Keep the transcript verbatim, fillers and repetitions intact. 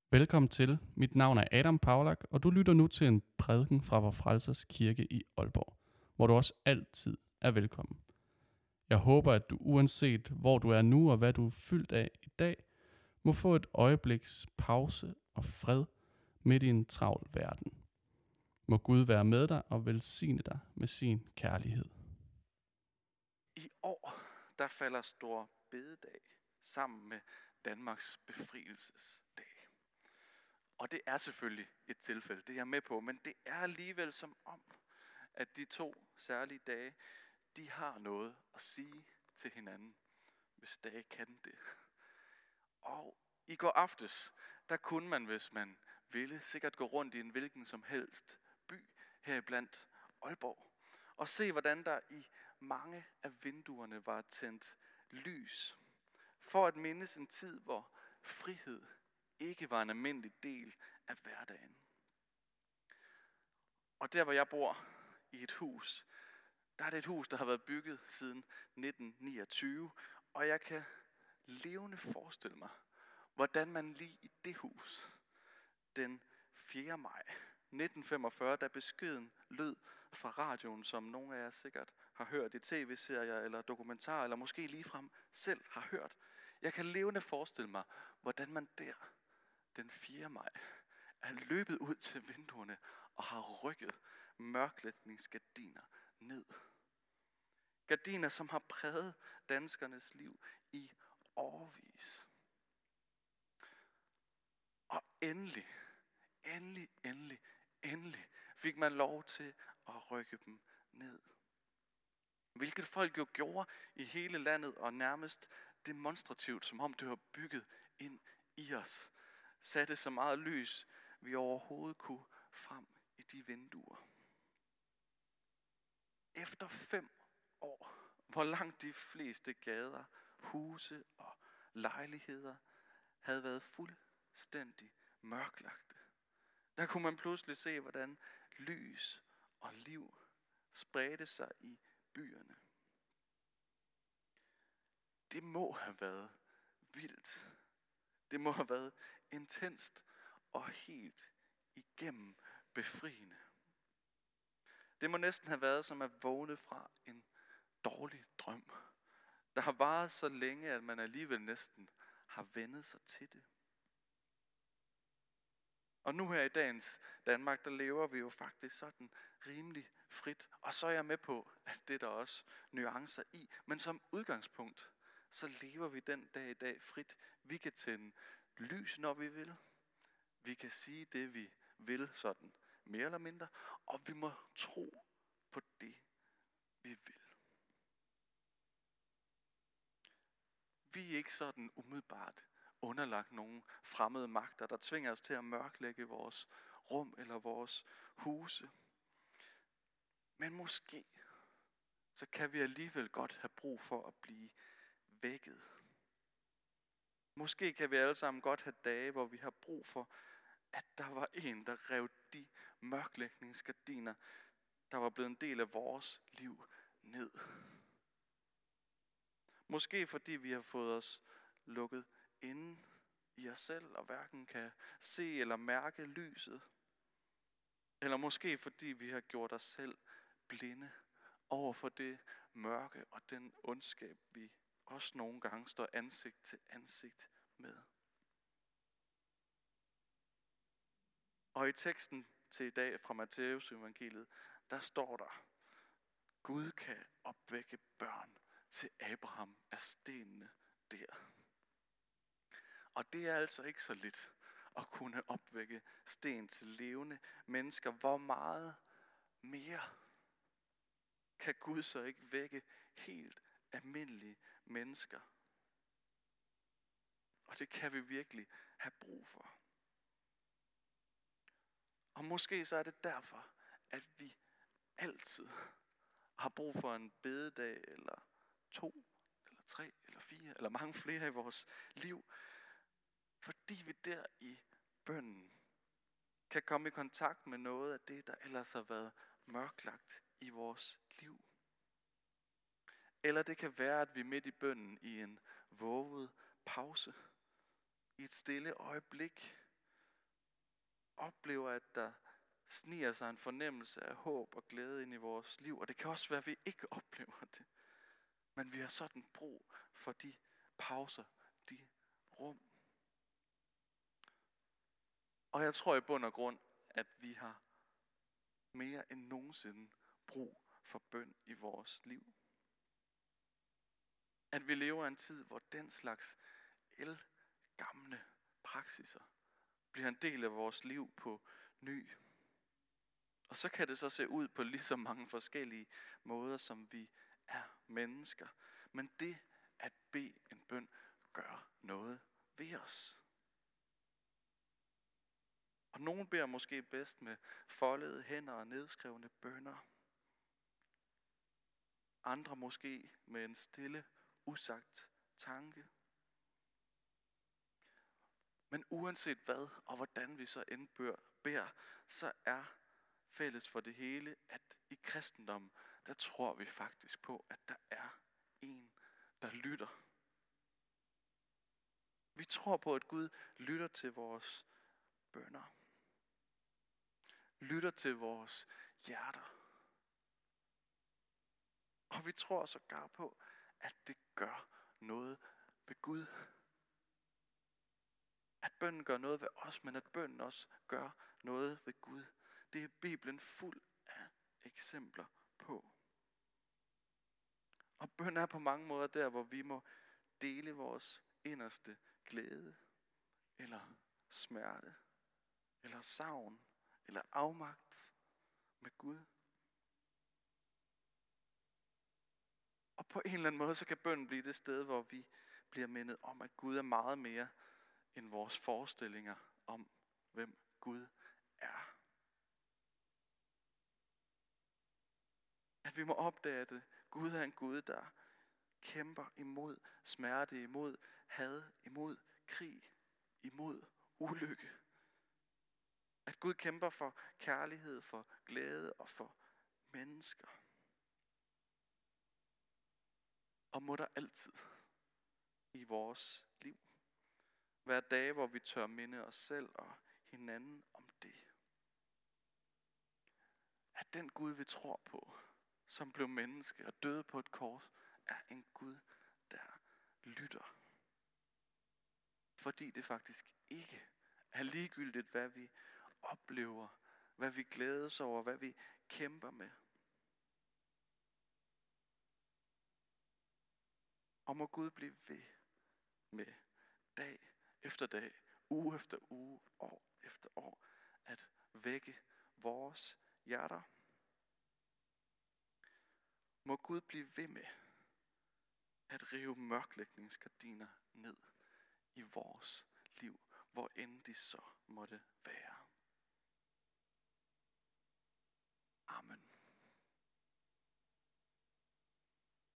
Velkommen til. Mit navn er Adam Paulak, og du lytter nu til en prædiken fra Vor Frelsers Kirke i Aalborg, hvor du også altid er velkommen. Jeg håber, at du uanset hvor du er nu og hvad du er fyldt af i dag, må få et øjebliks pause og fred midt i en travl verden. Må Gud være med dig og velsigne dig med sin kærlighed. I år, der falder Stor Bededag sammen med Danmarks befrielsesdag. Og det er selvfølgelig et tilfælde, det er jeg med på, men det er alligevel som om, at de to særlige dage, de har noget at sige til hinanden, hvis dage kan det. Og i går aftes, der kunne man, hvis man ville, sikkert gå rundt i en hvilken som helst by her blandt Aalborg, og se, hvordan der i mange af vinduerne var tændt lys, for at mindes en tid, hvor frihed ikke var en almindelig del af hverdagen. Og der, hvor jeg bor, i et hus, der er det et hus, der har været bygget siden nitten niogtyve, og jeg kan levende forestille mig, hvordan man lige i det hus, den fjerde maj nitten femogfyrre, da beskeden lød fra radioen, som nogle af jer sikkert har hørt i tv-serier eller dokumentarer, eller måske ligefrem selv har hørt. Jeg kan levende forestille mig, hvordan man der den fjerde maj er løbet ud til vinduerne og har rykket mørklægningsgardiner ned. Gardiner, som har præget danskernes liv i årevis. Og endelig, endelig, endelig, endelig fik man lov til at rykke dem ned. Hvilket folk jo gjorde i hele landet og nærmest demonstrativt, som om det var bygget ind i os. Satte så meget lys, vi overhovedet kunne frem i de vinduer. Efter fem år, hvor langt de fleste gader, huse og lejligheder havde været fuldstændig mørklagte, der kunne man pludselig se, hvordan lys og liv spredte sig i byerne. Det må have været vildt. Det må have været intenst og helt igennem befriende. Det må næsten have været som at vågne fra en dårlig drøm, der har varet så længe, at man alligevel næsten har vendet sig til det. Og nu her i dagens Danmark, der lever vi jo faktisk sådan rimelig frit. Og så er jeg med på, at det er der også nuancer i. Men som udgangspunkt, så lever vi den dag i dag frit. Vi kan tænde lys, når vi vil. Vi kan sige det, vi vil, sådan mere eller mindre. Og vi må tro på det, vi vil. Vi er ikke sådan umiddelbart underlagt nogle fremmede magter, der tvinger os til at mørklægge vores rum eller vores huse. Men måske, så kan vi alligevel godt have brug for at blive vækket. Måske kan vi alle sammen godt have dage, hvor vi har brug for, at der var en, der rev de mørklægningsgardiner, der var blevet en del af vores liv, ned. Måske fordi vi har fået os lukket inde i os selv, og hverken kan se eller mærke lyset. Eller måske fordi vi har gjort os selv blinde over for det mørke og den ondskab, vi også nogle gange står ansigt til ansigt med. Og i teksten til i dag fra Matthæus evangeliet, der står der: Gud kan opvække børn til Abraham af stenene der. Og det er altså ikke så lidt at kunne opvække sten til levende mennesker. Hvor meget mere kan Gud så ikke vække helt almindelige mennesker? Og det kan vi virkelig have brug for. Og måske så er det derfor, at vi altid har brug for en bededag, eller to, eller tre, eller fire, eller mange flere i vores liv. Fordi vi der i bønnen kan komme i kontakt med noget af det, der ellers har været mørklagt i vores liv. Eller det kan være, at vi midt i bønnen i en våget pause, i et stille øjeblik, oplever, at der sniger sig en fornemmelse af håb og glæde ind i vores liv. Og det kan også være, at vi ikke oplever det. Men vi har sådan brug for de pauser, de rum. Og jeg tror i bund og grund, at vi har mere end nogensinde brug for bøn i vores liv. At vi lever i en tid, hvor den slags ældgamle praksiser bliver en del af vores liv på ny. Og så kan det så se ud på lige så mange forskellige måder, som vi er mennesker. Men det at bede en bøn gør noget ved os. Og nogen beder måske bedst med foldede hænder og nedskrevne bønner. Andre måske med en stille, usagt tanke. Men uanset hvad og hvordan vi så end beder, så er fælles for det hele, at i kristendommen, der tror vi faktisk på, at der er en, der lytter. Vi tror på, at Gud lytter til vores bønner. Lytter til vores hjerter. Og vi tror sågar på, at det gør noget ved Gud. At bønnen gør noget ved os, men at bønnen også gør noget ved Gud. Det er Bibelen fuld af eksempler på. Og bøn er på mange måder der, hvor vi må dele vores inderste glæde, eller smerte, eller savn, eller afmagt med Gud. Og på en eller anden måde, så kan bønnen blive det sted, hvor vi bliver mindet om, at Gud er meget mere end vores forestillinger om, hvem Gud er. At vi må opdage, at Gud er en Gud, der kæmper imod smerte, imod had, imod krig, imod ulykke. At Gud kæmper for kærlighed, for glæde og for mennesker. Og må der altid i vores liv være dage, hvor vi tør minde os selv og hinanden om det. At den Gud, vi tror på, som blev menneske og døde på et kors, er en Gud, der lytter. Fordi det faktisk ikke er ligegyldigt, hvad vi oplever, hvad vi glædes over, hvad vi kæmper med. Og må Gud blive ved med dag efter dag, uge efter uge, år efter år, at vække vores hjerter. Må Gud blive ved med at rive mørklægningsgardiner ned i vores liv, hvor end de så måtte være.